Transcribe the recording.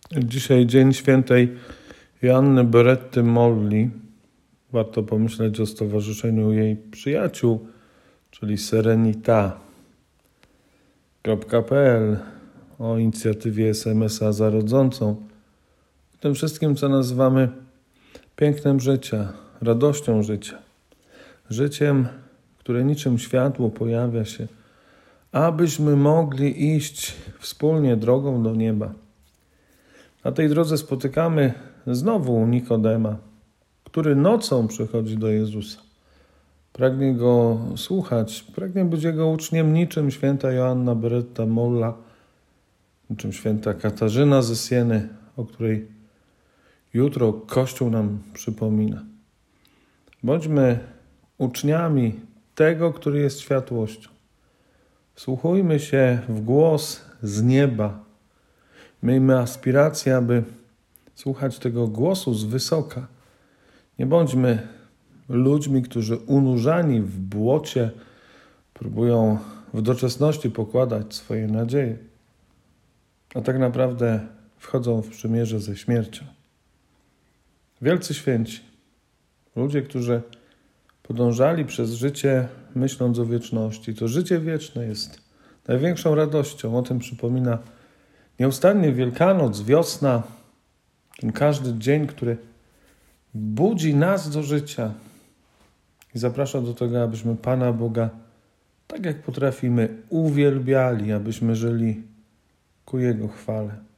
Dzisiaj dzień świętej Joanny Beretty Molli. Warto pomyśleć o stowarzyszeniu jej przyjaciół, czyli serenita.pl, o inicjatywie SMS-a za rodzącą, o tym wszystkim, co nazywamy pięknem życia, radością życia. Życiem, które niczym światło pojawia się, abyśmy mogli iść wspólnie drogą do nieba. Na tej drodze spotykamy znowu Nikodema, który nocą przychodzi do Jezusa. Pragnie Go słuchać, pragnie być Jego uczniem niczym święta Joanna Beretta Molla, niczym święta Katarzyna ze Sieny, o której jutro Kościół nam przypomina. Bądźmy uczniami tego, który jest światłością. Wsłuchujmy się w głos z nieba. Miejmy aspirację, aby słuchać tego głosu z wysoka. Nie bądźmy ludźmi, którzy unurzani w błocie próbują w doczesności pokładać swoje nadzieje, a tak naprawdę wchodzą w przymierze ze śmiercią. Wielcy święci, ludzie, którzy podążali przez życie myśląc o wieczności. To życie wieczne jest największą radością. O tym przypomina nieustannie Wielkanoc, wiosna, ten każdy dzień, który budzi nas do życia i zaprasza do tego, abyśmy Pana Boga, tak jak potrafimy, uwielbiali, abyśmy żyli ku Jego chwale.